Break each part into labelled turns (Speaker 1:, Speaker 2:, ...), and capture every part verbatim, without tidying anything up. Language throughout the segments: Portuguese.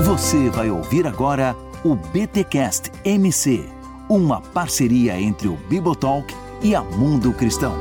Speaker 1: Você vai ouvir agora o BTcast M C, uma parceria entre o Bibotalk e a Mundo Cristão.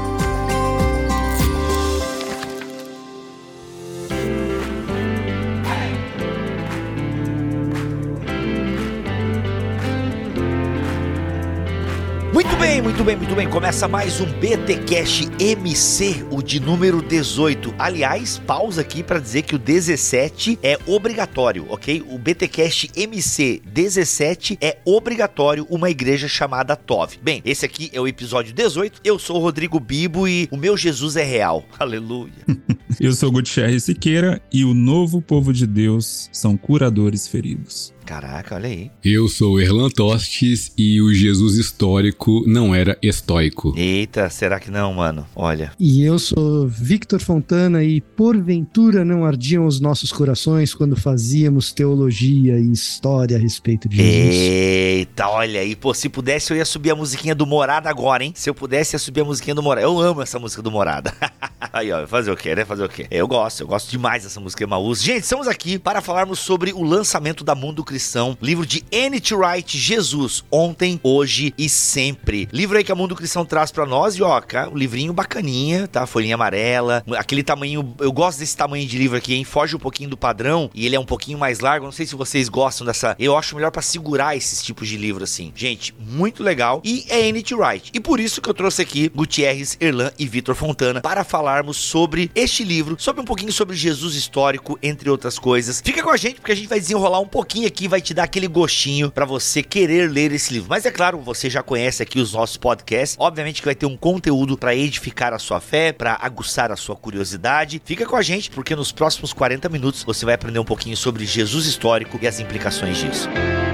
Speaker 2: Muito bem, muito bem, muito bem. Começa mais um BTcast M C, o de número dezoito. Aliás, pausa aqui para dizer que o dezessete é obrigatório, ok? O BTcast M C dezessete é obrigatório uma igreja chamada Tov. Bem, esse aqui é o episódio dezoito. Eu sou o Rodrigo Bibo e o meu Jesus é real. Aleluia.
Speaker 3: Eu sou o Gutierrez Siqueira e o novo povo de Deus são curadores feridos.
Speaker 2: Caraca, olha aí.
Speaker 4: Eu sou o Erlan Tostes e o Jesus histórico não era estoico.
Speaker 2: Eita, será que não, mano? Olha.
Speaker 5: E eu sou Victor Fontana e porventura não ardiam os nossos corações quando fazíamos teologia e história a respeito de Jesus.
Speaker 2: Eita, olha aí. Pô, se pudesse eu ia subir a musiquinha do Morada agora, hein? Se eu pudesse ia subir a musiquinha do Morada. Eu amo essa música do Morada. Aí, ó, fazer o quê, né? Fazer o quê? Eu gosto, eu gosto demais dessa música Emaús. Gente, estamos aqui para falarmos sobre o lançamento da Mundo Cristão, livro de N T Wright, Jesus, ontem, hoje e sempre. Livro aí que a Mundo Cristão traz pra nós e ó, cara, um livrinho bacaninha, tá? Folhinha amarela, aquele tamanho, eu gosto desse tamanho de livro aqui, hein? Foge um pouquinho do padrão e ele é um pouquinho mais largo, não sei se vocês gostam dessa, eu acho melhor pra segurar esses tipos de livro assim. Gente, muito legal e é N T Wright. E por isso que eu trouxe aqui Gutierrez, Erlan e Victor Fontana para falarmos sobre este livro, sobre um pouquinho sobre Jesus histórico, entre outras coisas. Fica com a gente porque a gente vai desenrolar um pouquinho aqui, vai te dar aquele gostinho pra você querer ler esse livro. Mas é claro, você já conhece aqui os nossos podcasts, obviamente que vai ter um conteúdo pra edificar a sua fé, pra aguçar a sua curiosidade. Fica com a gente porque nos próximos quarenta minutos você vai aprender um pouquinho sobre Jesus histórico e as implicações disso.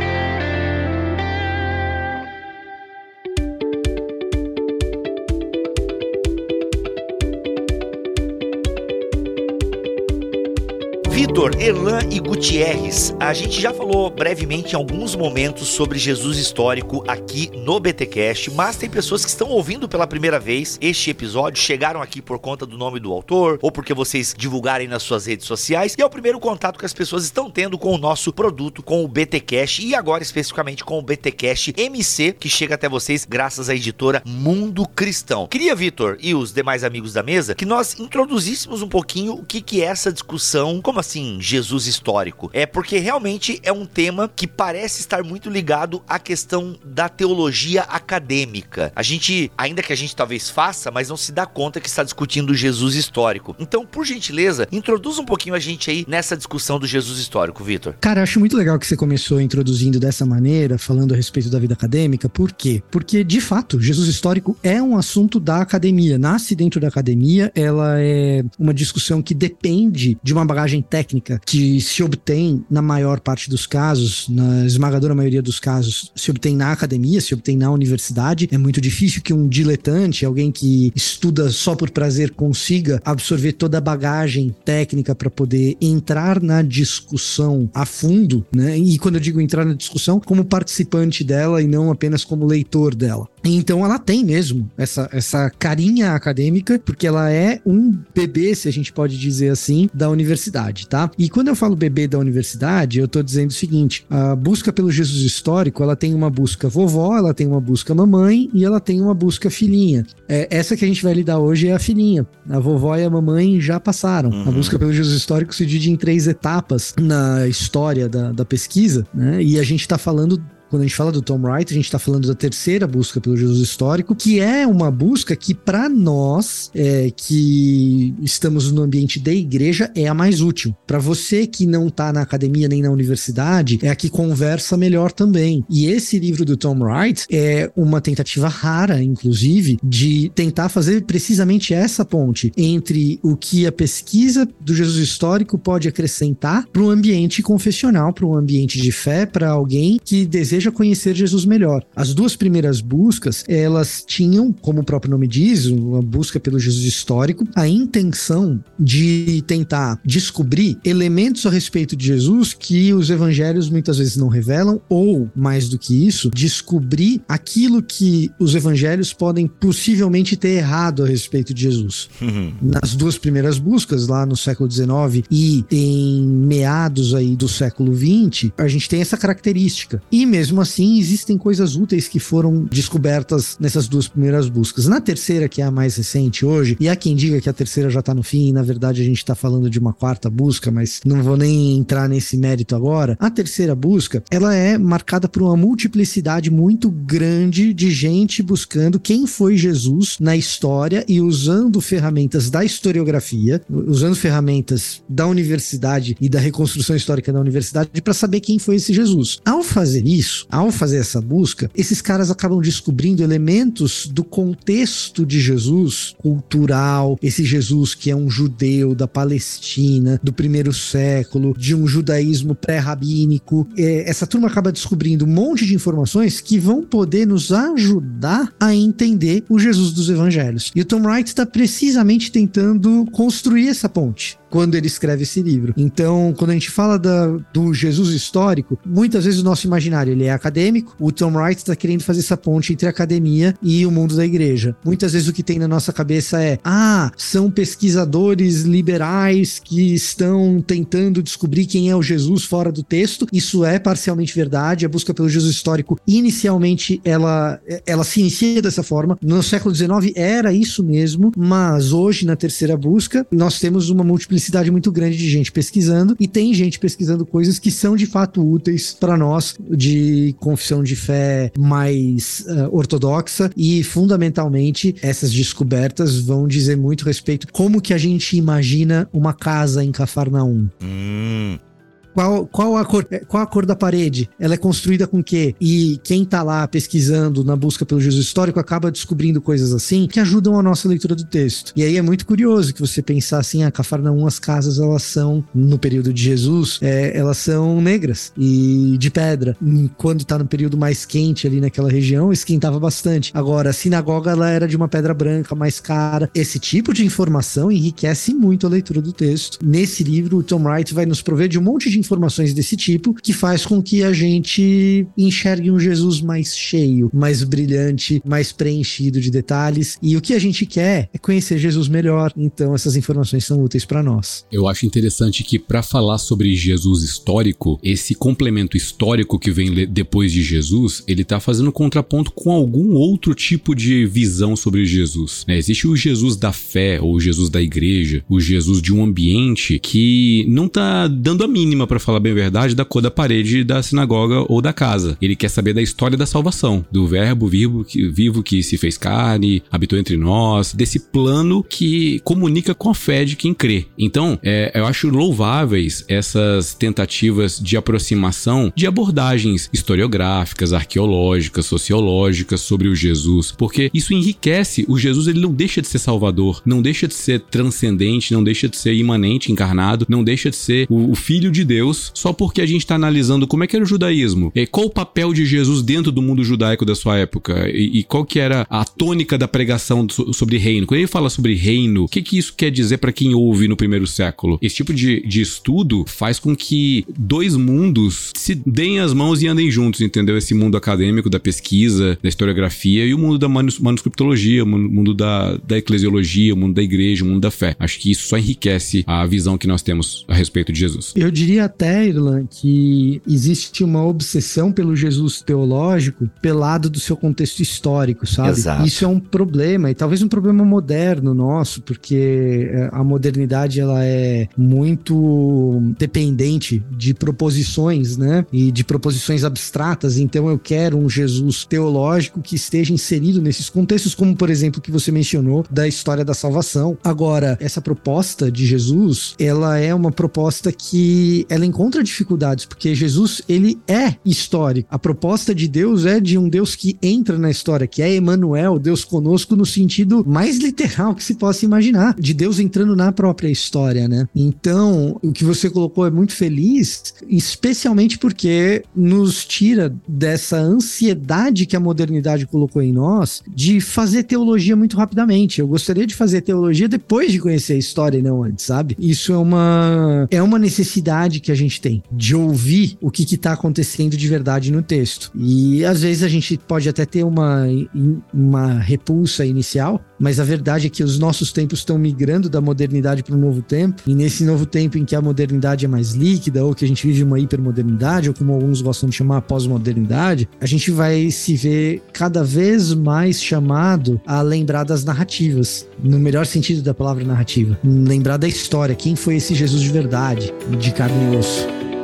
Speaker 2: Victor, Erlan e Gutierrez, a gente já falou brevemente em alguns momentos sobre Jesus histórico aqui no BTcast, mas tem pessoas que estão ouvindo pela primeira vez este episódio, chegaram aqui por conta do nome do autor, ou porque vocês divulgarem nas suas redes sociais, e é o primeiro contato que as pessoas estão tendo com o nosso produto, com o BTcast, e agora especificamente com o BTcast M C, que chega até vocês graças à editora Mundo Cristão. Queria, Victor, e os demais amigos da mesa, que nós introduzíssemos um pouquinho o que, que é essa discussão, como assim Jesus histórico? É porque realmente é um tema que parece estar muito ligado à questão da teologia acadêmica. A gente, ainda que a gente talvez faça, mas não se dá conta que está discutindo Jesus histórico. Então, por gentileza, introduza um pouquinho a gente aí nessa discussão do Jesus histórico, Victor.
Speaker 5: Cara, eu acho muito legal que você começou introduzindo dessa maneira, falando a respeito da vida acadêmica. Por quê? Porque, de fato, Jesus histórico é um assunto da academia. Nasce dentro da academia, ela é uma discussão que depende de uma bagagem técnica que se obtém na maior parte dos casos, na esmagadora maioria dos casos, se obtém na academia, se obtém na universidade. É muito difícil que um diletante, alguém que estuda só por prazer, consiga absorver toda a bagagem técnica para poder entrar na discussão a fundo, né? E quando eu digo entrar na discussão, como participante dela e não apenas como leitor dela. Então ela tem mesmo essa, essa carinha acadêmica, porque ela é um bebê, se a gente pode dizer assim, da universidade, tá? E quando eu falo bebê da universidade, eu tô dizendo o seguinte: a busca pelo Jesus histórico, ela tem uma busca vovó, ela tem uma busca mamãe e ela tem uma busca filhinha. É, essa que a gente vai lidar hoje é a filhinha. A vovó e a mamãe já passaram. Uhum. A busca pelo Jesus histórico se divide em três etapas na história da, da pesquisa, né? E a gente tá falando... Quando a gente fala do Tom Wright, a gente está falando da terceira busca pelo Jesus histórico, que é uma busca que, para nós, é, que estamos no ambiente da igreja, é a mais útil. Para você que não está na academia nem na universidade, é a que conversa melhor também. E esse livro do Tom Wright é uma tentativa rara, inclusive, de tentar fazer precisamente essa ponte entre o que a pesquisa do Jesus histórico pode acrescentar para o ambiente confessional, para um ambiente de fé, para alguém que deseja deseja conhecer Jesus melhor. As duas primeiras buscas, elas tinham, como o próprio nome diz, uma busca pelo Jesus histórico, a intenção de tentar descobrir elementos a respeito de Jesus que os evangelhos muitas vezes não revelam, ou, mais do que isso, descobrir aquilo que os evangelhos podem possivelmente ter errado a respeito de Jesus. Uhum. Nas duas primeiras buscas, lá no século dezenove e em meados aí do século vinte, a gente tem essa característica. E mesmo assim, existem coisas úteis que foram descobertas nessas duas primeiras buscas. Na terceira, que é a mais recente hoje, e há quem diga que a terceira já tá no fim, e na verdade a gente tá falando de uma quarta busca, mas não vou nem entrar nesse mérito agora. A terceira busca, ela é marcada por uma multiplicidade muito grande de gente buscando quem foi Jesus na história e usando ferramentas da historiografia, usando ferramentas da universidade e da reconstrução histórica da universidade para saber quem foi esse Jesus. Ao fazer isso, ao fazer essa busca, esses caras acabam descobrindo elementos do contexto de Jesus cultural, esse Jesus que é um judeu da Palestina, do primeiro século, de um judaísmo pré-rabínico. É, essa turma acaba descobrindo um monte de informações que vão poder nos ajudar a entender o Jesus dos evangelhos. E o Tom Wright está precisamente tentando construir essa ponte quando ele escreve esse livro. Então, quando a gente fala da, do Jesus histórico, muitas vezes o nosso imaginário ele é acadêmico. O Tom Wright está querendo fazer essa ponte entre a academia e o mundo da igreja. Muitas vezes o que tem na nossa cabeça é, ah, são pesquisadores liberais que estão tentando descobrir quem é o Jesus fora do texto. Isso é parcialmente verdade. A busca pelo Jesus histórico, inicialmente, ela, ela se inicia dessa forma. No século dezenove era isso mesmo, mas hoje, na terceira busca, nós temos uma multiplicidade muito grande de gente pesquisando, e tem gente pesquisando coisas que são de fato úteis para nós de confissão de fé mais uh, ortodoxa, e fundamentalmente essas descobertas vão dizer muito respeito como que a gente imagina uma casa em Cafarnaum. Hum. Qual, qual, a cor, qual a cor da parede? Ela é construída com o quê? E quem tá lá pesquisando na busca pelo Jesus histórico acaba descobrindo coisas assim que ajudam a nossa leitura do texto. E aí é muito curioso que você pensar assim, a Cafarnaum, as casas, elas são, no período de Jesus, é, elas são negras e de pedra. Quando tá no período mais quente ali naquela região, esquentava bastante. Agora, a sinagoga, ela era de uma pedra branca, mais cara. Esse tipo de informação enriquece muito a leitura do texto. Nesse livro, o Tom Wright vai nos prover de um monte de informações desse tipo, que faz com que a gente enxergue um Jesus mais cheio, mais brilhante, mais preenchido de detalhes, e o que a gente quer é conhecer Jesus melhor, então essas informações são úteis para nós.
Speaker 4: Eu acho interessante que, para falar sobre Jesus histórico, esse complemento histórico que vem depois de Jesus, ele tá fazendo contraponto com algum outro tipo de visão sobre Jesus, né? Existe o Jesus da fé, ou o Jesus da igreja, o Jesus de um ambiente que não tá dando a mínima, para falar bem a verdade, da cor da parede da sinagoga ou da casa. Ele quer saber da história da salvação, do verbo vivo que, vivo que se fez carne, habitou entre nós, desse plano que comunica com a fé de quem crê. Então, é, eu acho louváveis essas tentativas de aproximação de abordagens historiográficas, arqueológicas, sociológicas sobre o Jesus, porque isso enriquece. O Jesus, ele não deixa de ser salvador, não deixa de ser transcendente, não deixa de ser imanente, encarnado, não deixa de ser o, o filho de Deus, só porque a gente está analisando como é que era o judaísmo, e qual o papel de Jesus dentro do mundo judaico da sua época, e, e qual que era a tônica da pregação do, sobre reino. Quando ele fala sobre reino, o que que isso quer dizer para quem ouve no primeiro século? Esse tipo de, de estudo faz com que dois mundos se deem as mãos e andem juntos, entendeu? Esse mundo acadêmico da pesquisa, da historiografia, e o mundo da manus, manuscriptologia, o mundo da, da eclesiologia, o mundo da igreja, o mundo da fé. Acho que isso só enriquece a visão que nós temos a respeito de Jesus.
Speaker 5: Eu diria até, Irlan, que existe uma obsessão pelo Jesus teológico pelado do seu contexto histórico, sabe?
Speaker 2: Exato.
Speaker 5: Isso é um problema, e talvez um problema moderno nosso, porque a modernidade, ela é muito dependente de proposições, né? E de proposições abstratas. Então eu quero um Jesus teológico que esteja inserido nesses contextos, como por exemplo o que você mencionou da história da salvação. Agora, essa proposta de Jesus, ela é uma proposta que ela ela encontra dificuldades, porque Jesus, ele é histórico. A proposta de Deus é de um Deus que entra na história, que é Emanuel, Deus conosco no sentido mais literal que se possa imaginar, de Deus entrando na própria história, né? Então, o que você colocou é muito feliz, especialmente porque nos tira dessa ansiedade que a modernidade colocou em nós de fazer teologia muito rapidamente. Eu gostaria de fazer teologia depois de conhecer a história e não antes, sabe? Isso é uma, é uma necessidade que a gente tem, de ouvir o que está acontecendo de verdade no texto. E às vezes a gente pode até ter uma, uma repulsa inicial, mas a verdade é que os nossos tempos estão migrando da modernidade para um novo tempo, e nesse novo tempo em que a modernidade é mais líquida, ou que a gente vive uma hipermodernidade, ou como alguns gostam de chamar, pós-modernidade, a gente vai se ver cada vez mais chamado a lembrar das narrativas, no melhor sentido da palavra narrativa. Lembrar da história, quem foi esse Jesus de verdade, de carne e osso.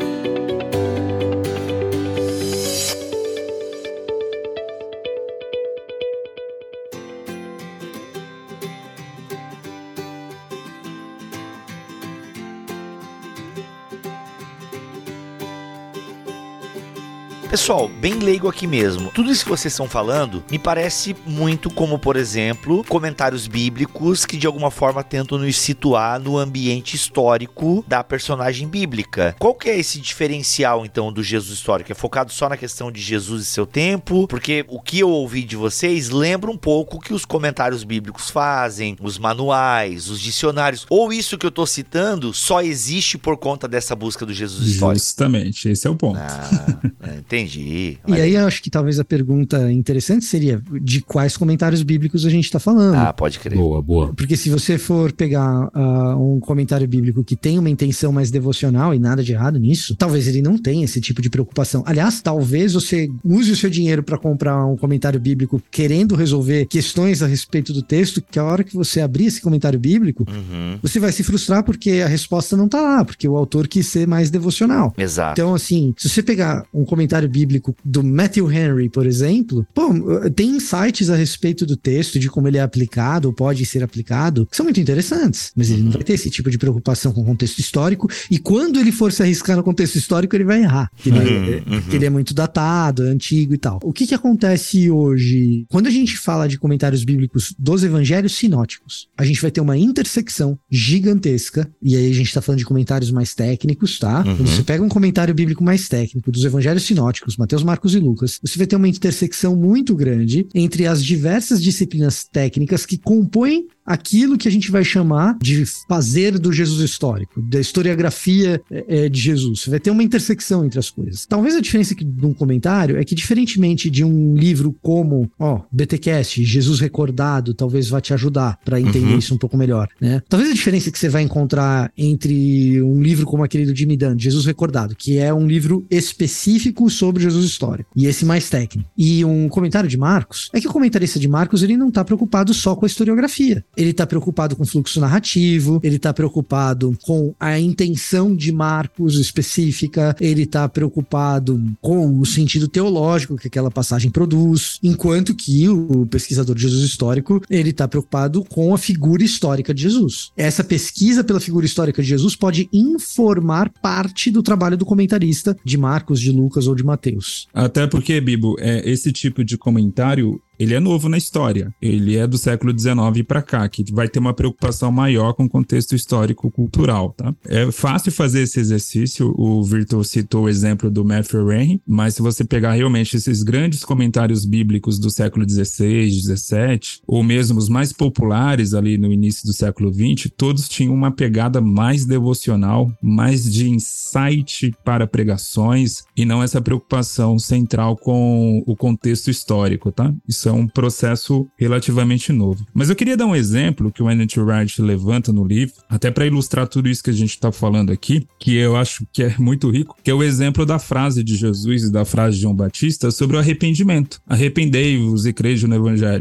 Speaker 2: Pessoal, bem leigo aqui mesmo. Tudo isso que vocês estão falando me parece muito como, por exemplo, comentários bíblicos que de alguma forma tentam nos situar no ambiente histórico da personagem bíblica. Qual que é esse diferencial, então, do Jesus histórico? É focado só na questão de Jesus e seu tempo? Porque o que eu ouvi de vocês lembra um pouco o que os comentários bíblicos fazem, os manuais, os dicionários. Ou isso que eu tô citando só existe por conta dessa busca do Jesus histórico?
Speaker 3: Justamente, esse é o ponto.
Speaker 2: Ah, entendi.
Speaker 5: E aí eu acho que talvez a pergunta interessante seria de quais comentários bíblicos a gente está falando.
Speaker 2: Ah, pode crer.
Speaker 4: Boa, boa.
Speaker 5: Porque se você for pegar uh, um comentário bíblico que tem uma intenção mais devocional, e nada de errado nisso, talvez ele não tenha esse tipo de preocupação. Aliás, talvez você use o seu dinheiro para comprar um comentário bíblico querendo resolver questões a respeito do texto, que a hora que você abrir esse comentário bíblico,
Speaker 2: uhum.
Speaker 5: você vai se frustrar porque a resposta não tá lá, porque o autor quis ser mais devocional.
Speaker 2: Exato.
Speaker 5: Então, assim, se você pegar um comentário bíblico do Matthew Henry, por exemplo, pô, tem insights a respeito do texto, de como ele é aplicado, ou pode ser aplicado, que são muito interessantes, mas ele não vai ter esse tipo de preocupação com o contexto histórico, e quando ele for se arriscar no contexto histórico, ele vai errar, que ele,
Speaker 2: uhum,
Speaker 5: é,
Speaker 2: uhum.
Speaker 5: que ele é muito datado, é antigo e tal. O que que acontece hoje? Quando a gente fala de comentários bíblicos dos evangelhos sinóticos, a gente vai ter uma intersecção gigantesca, e aí a gente tá falando de comentários mais técnicos, tá?
Speaker 2: Uhum.
Speaker 5: Quando você pega um comentário bíblico mais técnico dos evangelhos sinóticos, Mateus, Marcos e Lucas, você vai ter uma intersecção muito grande entre as diversas disciplinas técnicas que compõem aquilo que a gente vai chamar de fazer do Jesus histórico, da historiografia é, de Jesus. Você vai ter uma intersecção entre as coisas. Talvez a diferença aqui de um comentário é que, diferentemente de um livro como, ó, B T Cast, Jesus Recordado, talvez vá te ajudar para entender uhum. isso um pouco melhor, né? Talvez a diferença que você vai encontrar entre um livro como aquele do Jimmy Dunn, Jesus Recordado, que é um livro específico sobre Jesus histórico, e esse mais técnico, e um comentário de Marcos, é que o comentarista de Marcos, ele não tá preocupado só com a historiografia. Ele tá preocupado com o fluxo narrativo, ele tá preocupado com a intenção de Marcos específica, ele tá preocupado com o sentido teológico que aquela passagem produz, enquanto que o pesquisador de Jesus histórico, ele tá preocupado com a figura histórica de Jesus. Essa pesquisa pela figura histórica de Jesus pode informar parte do trabalho do comentarista de Marcos, de Lucas ou de Mateus.
Speaker 3: Até porque, Bibo, é, esse tipo de comentário, ele é novo na história. Ele é do século dezenove para cá, que vai ter uma preocupação maior com o contexto histórico-cultural, tá? É fácil fazer esse exercício, o Virtual citou o exemplo do Matthew Henry, mas se você pegar realmente esses grandes comentários bíblicos do século dezesseis, dezessete, ou mesmo os mais populares ali no início do século vinte, todos tinham uma pegada mais devocional, mais de insight para pregações, e não essa preocupação central com o contexto histórico, tá? Isso é um processo relativamente novo. Mas eu queria dar um exemplo que o N T Wright levanta no livro, até para ilustrar tudo isso que a gente está falando aqui, que eu acho que é muito rico, que é o exemplo da frase de Jesus e da frase de João Batista sobre o arrependimento. Arrependei-vos e crede no Evangelho, né?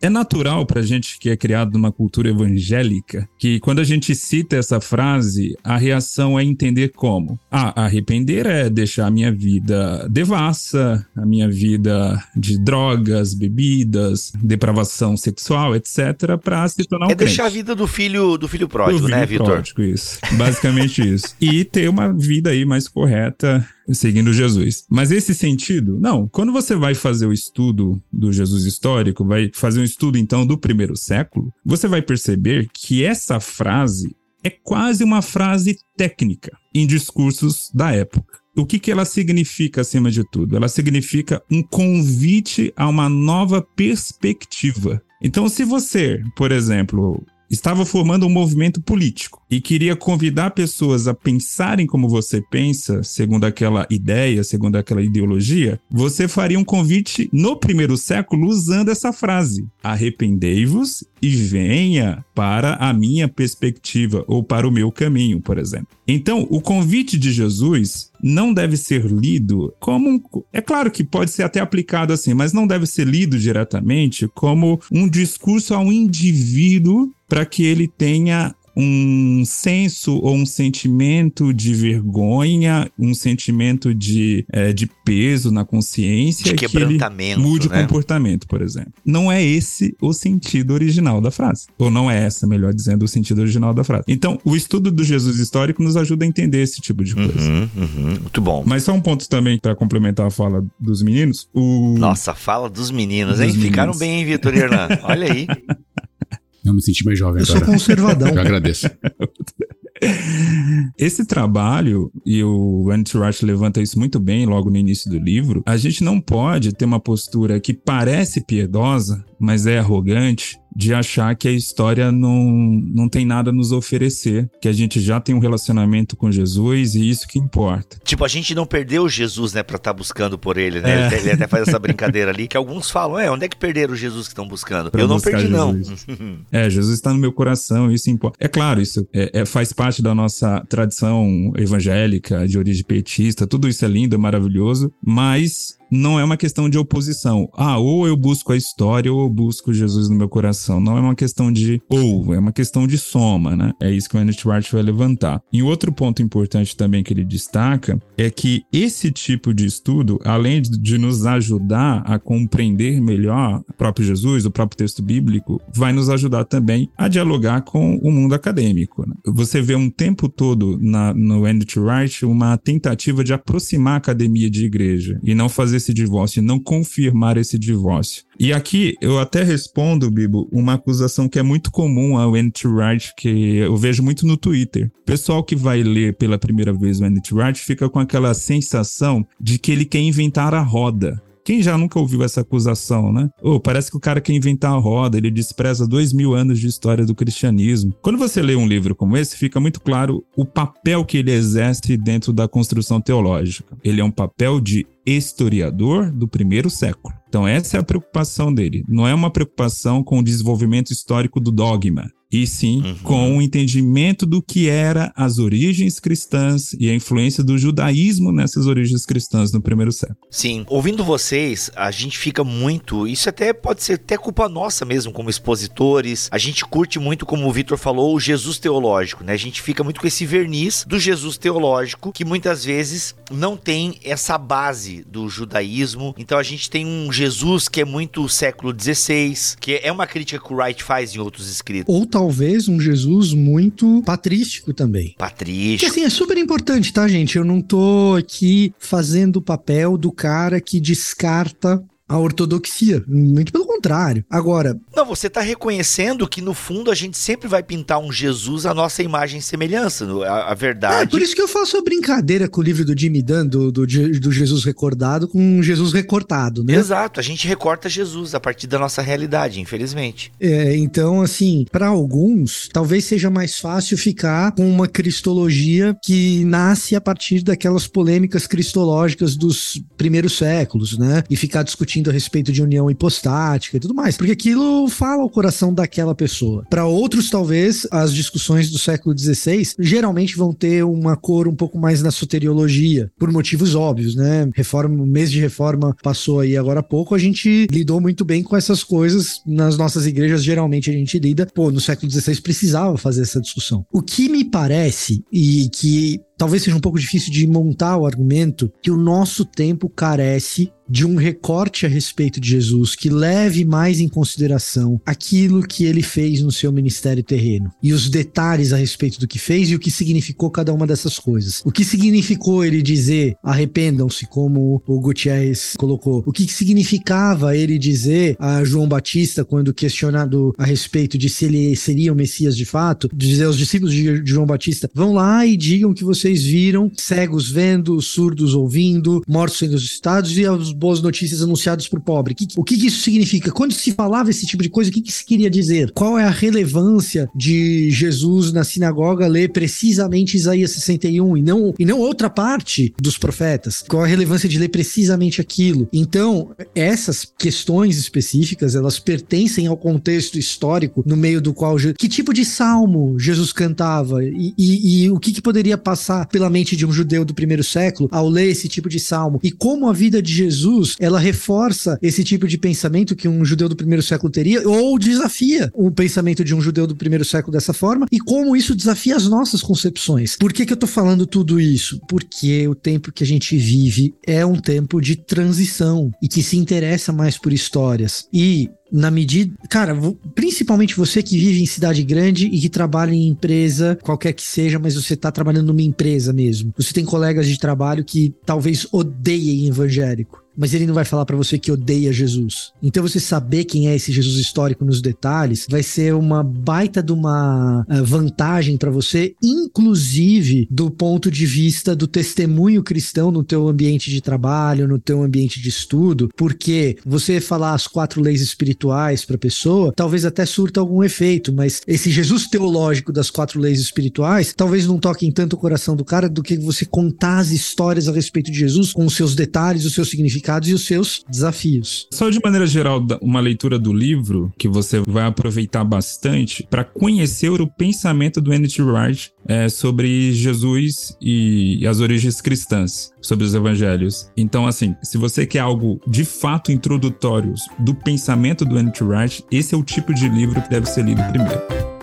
Speaker 3: É natural pra gente que é criado numa cultura evangélica que quando a gente cita essa frase, a reação é entender como? Ah, arrepender é deixar a minha vida devassa, a minha vida de drogas, bebidas, depravação sexual, etcétera, pra se tornar um
Speaker 2: É
Speaker 3: crente.
Speaker 2: deixar a vida do filho, do filho pródigo,
Speaker 3: Do filho
Speaker 2: né, Vitor?
Speaker 3: pródigo, isso. Basicamente isso. E ter uma vida aí mais correta seguindo Jesus. Mas esse sentido, não. Quando você vai fazer o estudo do Jesus histórico, vai fazer um estudo então do primeiro século, você vai perceber que essa frase é quase uma frase técnica em discursos da época. O que que ela significa acima de tudo? Ela significa um convite a uma nova perspectiva. Então, se você, por exemplo, estava formando um movimento político e queria convidar pessoas a pensarem como você pensa, segundo aquela ideia, segundo aquela ideologia, você faria um convite no primeiro século usando essa frase: arrependei-vos e venha para a minha perspectiva ou para o meu caminho, por exemplo. Então, o convite de Jesus não deve ser lido como um... É claro que pode ser até aplicado assim, mas não deve ser lido diretamente como um discurso a um indivíduo para que ele tenha um senso ou um sentimento de vergonha, um sentimento de, é, de peso na consciência.
Speaker 2: De quebrantamento,
Speaker 3: que ele mude
Speaker 2: né?
Speaker 3: o comportamento, por exemplo. Não é esse o sentido original da frase. Ou não é essa, melhor dizendo, o sentido original da frase. Então, o estudo do Jesus histórico nos ajuda a entender esse tipo de coisa.
Speaker 2: Uhum, uhum, muito bom.
Speaker 3: Mas só um ponto também para complementar a fala dos meninos. O...
Speaker 2: Nossa, fala dos meninos,
Speaker 3: Dos
Speaker 2: hein?
Speaker 3: meninos.
Speaker 2: Ficaram bem, hein, Vitor e Hernan? Olha aí.
Speaker 4: Eu me senti mais jovem
Speaker 5: Eu sou
Speaker 4: agora.
Speaker 5: conservadão.
Speaker 4: Eu agradeço.
Speaker 3: Esse trabalho, e o N T Wright levanta isso muito bem logo no início do livro, a gente não pode ter uma postura que parece piedosa, mas é arrogante, de achar que a história não, não tem nada a nos oferecer, que a gente já tem um relacionamento com Jesus e isso que importa.
Speaker 2: Tipo, a gente não perdeu Jesus, né, pra estar buscando por ele, né?
Speaker 3: É.
Speaker 2: Ele, até, ele até faz essa brincadeira ali, que alguns falam, é, onde é que perderam o Jesus que estão buscando?
Speaker 3: Pra
Speaker 2: Eu não
Speaker 3: buscar
Speaker 2: perdi,
Speaker 3: Jesus.
Speaker 2: não.
Speaker 3: É, Jesus está no meu coração, isso importa. É claro, isso é, é, faz parte da nossa tradição evangélica, de origem pietista, tudo isso é lindo, é maravilhoso, mas não é uma questão de oposição. Ah, ou eu busco a história ou eu busco Jesus no meu coração. Não é uma questão de ou, é uma questão de soma, né? É isso que o N T Wright vai levantar. E outro ponto importante também que ele destaca é que esse tipo de estudo, além de nos ajudar a compreender melhor o próprio Jesus, o próprio texto bíblico, vai nos ajudar também a dialogar com o mundo acadêmico, né? Você vê um tempo todo na, no N T Wright uma tentativa de aproximar a academia de igreja e não fazer esse divórcio, não confirmar esse divórcio. E aqui eu até respondo, Bibo, uma acusação que é muito comum ao N T Wright, que eu vejo muito no Twitter. O pessoal que vai ler pela primeira vez o N T Wright fica com aquela sensação de que ele quer inventar a roda. Quem já nunca ouviu essa acusação, né? Oh, parece que o cara quer inventar a roda, ele despreza dois mil anos de história do cristianismo. Quando você lê um livro como esse, fica muito claro o papel que ele exerce dentro da construção teológica. Ele é um papel de historiador do primeiro século. Então essa é a preocupação dele. Não é uma preocupação com o desenvolvimento histórico do dogma, e sim uhum. com o entendimento do que eram as origens cristãs e a influência do judaísmo nessas origens cristãs no primeiro século.
Speaker 2: Sim, ouvindo vocês, a gente fica muito, isso até pode ser até culpa nossa mesmo como expositores, a gente curte muito, como o Vitor falou, o Jesus teológico, né? A gente fica muito com esse verniz do Jesus teológico, que muitas vezes não tem essa base do judaísmo. Então a gente tem um Jesus que é muito século dezesseis, que é uma crítica que o Wright faz em outros escritos.
Speaker 5: Ou talvez um Jesus muito patrístico também.
Speaker 2: Patrístico.
Speaker 5: Que assim, é super importante, tá, gente? Eu não tô aqui fazendo o papel do cara que descarta a ortodoxia, muito pelo contrário. Agora...
Speaker 2: Não, você tá reconhecendo que no fundo a gente sempre vai pintar um Jesus à nossa imagem e semelhança, a, a verdade...
Speaker 5: É, por isso que eu faço a brincadeira com o livro do Jimmy Dunn, do, do, do Jesus recordado, com um Jesus recortado, né?
Speaker 2: Exato, a gente recorta Jesus a partir da nossa realidade, infelizmente.
Speaker 5: É, então, assim, para alguns, talvez seja mais fácil ficar com uma cristologia que nasce a partir daquelas polêmicas cristológicas dos primeiros séculos, né? E ficar discutindo a respeito de união hipostática e tudo mais, porque aquilo Paulo fala ao coração daquela pessoa. Para outros, talvez, as discussões do século dezesseis geralmente vão ter uma cor um pouco mais na soteriologia, por motivos óbvios, né? Reforma, o mês de reforma passou aí agora há pouco, a gente lidou muito bem com essas coisas nas nossas igrejas, geralmente a gente lida, pô, no século dezesseis precisava fazer essa discussão. O que me parece, e que talvez seja um pouco difícil de montar o argumento, que o nosso tempo carece de um recorte a respeito de Jesus que leve mais em consideração aquilo que ele fez no seu ministério terreno e os detalhes a respeito do que fez e o que significou cada uma dessas coisas. O que significou ele dizer arrependam-se, como o Gutierrez colocou? O que significava ele dizer a João Batista, quando questionado a respeito de se ele seria o Messias de fato, dizer aos discípulos de João Batista, vão lá e digam que vocês viram cegos vendo, surdos ouvindo, mortos sendo ressuscitados e as boas notícias anunciadas para o pobre. O que, que isso significa? Quando se falava esse tipo de coisa, o que, que se queria dizer? Qual é a relevância de Jesus na sinagoga ler precisamente Isaías sessenta e um e não, e não outra parte dos profetas? Qual a relevância de ler precisamente aquilo? Então, essas questões específicas, elas pertencem ao contexto histórico no meio do qual... Que tipo de salmo Jesus cantava? E, e, e o que, que poderia passar pela mente de um judeu do primeiro século ao ler esse tipo de salmo? E como a vida de Jesus ela reforça esse tipo de pensamento que um judeu do primeiro século teria, ou desafia o pensamento de um judeu do primeiro século dessa forma, e como isso desafia as nossas concepções. Por que que eu tô falando tudo isso? Porque o tempo que a gente vive é um tempo de transição e que se interessa mais por histórias. E na medida... Cara, principalmente você que vive em cidade grande e que trabalha em empresa, qualquer que seja, mas você tá trabalhando numa empresa mesmo. Você tem colegas de trabalho que talvez odeiem evangélico, mas ele não vai falar pra você que odeia Jesus. Então você saber quem é esse Jesus histórico nos detalhes vai ser uma baita de uma vantagem pra você, inclusive do ponto de vista do testemunho cristão no teu ambiente de trabalho, no teu ambiente de estudo, porque você falar as quatro leis espirituais pra pessoa, talvez até surta algum efeito, mas esse Jesus teológico das quatro leis espirituais, talvez não toque em tanto o coração do cara do que você contar as histórias a respeito de Jesus com os seus detalhes, os seus significados e os seus desafios.
Speaker 3: Só de maneira geral, uma leitura do livro que você vai aproveitar bastante para conhecer o pensamento do N T Wright é, sobre Jesus e as origens cristãs, sobre os evangelhos. Então, assim, se você quer algo de fato introdutório do pensamento do N T Wright, esse é o tipo de livro que deve ser lido primeiro.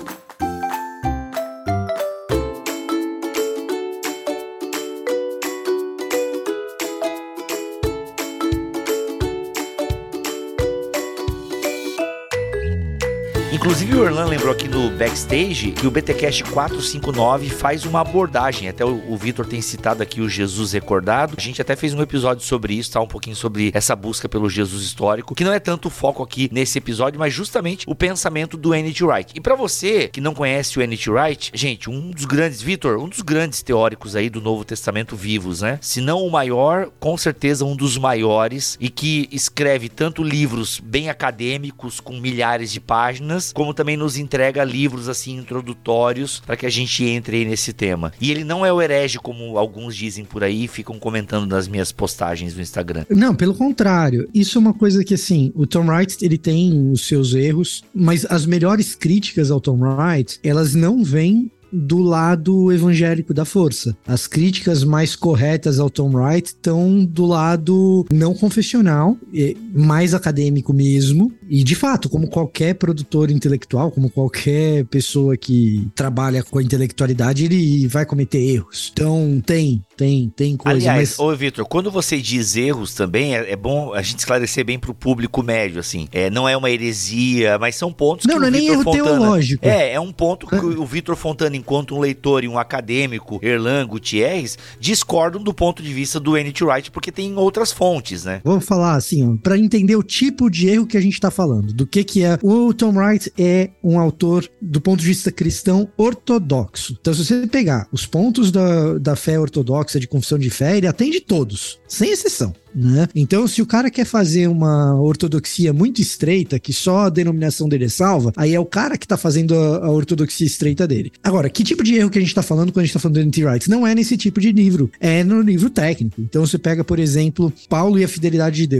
Speaker 2: Inclusive o Orlan lembrou aqui no backstage que o BTcast quatrocentos e cinquenta e nove faz uma abordagem, até o, o Vitor tem citado aqui o Jesus recordado, a gente até fez um episódio sobre isso, tá? Um pouquinho sobre essa busca pelo Jesus histórico, que não é tanto o foco aqui nesse episódio, mas justamente o pensamento do N T Wright. E pra você que não conhece o N T Wright, gente, um dos grandes, Vitor, um dos grandes teóricos aí do Novo Testamento vivos, né? Se não o maior, com certeza um dos maiores, e que escreve tanto livros bem acadêmicos, com milhares de páginas, como também nos entrega livros assim introdutórios para que a gente entre aí nesse tema. E ele não é o herege como alguns dizem por aí, ficam comentando nas minhas postagens no Instagram.
Speaker 5: Não, pelo contrário. Isso é uma coisa que assim, o Tom Wright, ele tem os seus erros, mas as melhores críticas ao Tom Wright, elas não vêm do lado evangélico da força. As críticas mais corretas ao Tom Wright estão do lado não confessional, mais acadêmico mesmo, e de fato, como qualquer produtor intelectual, como qualquer pessoa que trabalha com a intelectualidade, ele vai cometer erros. Então tem, tem, tem coisa.
Speaker 2: Aliás,
Speaker 5: mas...
Speaker 2: ô Vitor, quando você diz erros também, é, é bom a gente esclarecer bem pro público médio, assim, é, não é uma heresia, mas são pontos
Speaker 5: não,
Speaker 2: que
Speaker 5: não
Speaker 2: o
Speaker 5: é
Speaker 2: Vitor
Speaker 5: nem erro
Speaker 2: Fontana...
Speaker 5: teológico.
Speaker 2: É, é um ponto que o Vitor Fontana, enquanto um leitor e um acadêmico, Erlan Gutierrez, discordam do ponto de vista do N T Wright, porque tem outras fontes, né?
Speaker 5: Vou falar assim, ó, pra entender o tipo de erro que a gente tá falando, do que que é. O Tom Wright é um autor, do ponto de vista cristão, ortodoxo. Então, se você pegar os pontos da, da fé ortodoxa, de confissão de fé, ele atende todos, sem exceção. Né? Então, se o cara quer fazer uma ortodoxia muito estreita, que só a denominação dele é salva, aí é o cara que tá fazendo a, a ortodoxia estreita dele. Agora, que tipo de erro que a gente tá falando quando a gente tá falando do N T Wright? Não é nesse tipo de livro, é no livro técnico. Então, você pega, por exemplo, Paulo e a fidelidade de Deus.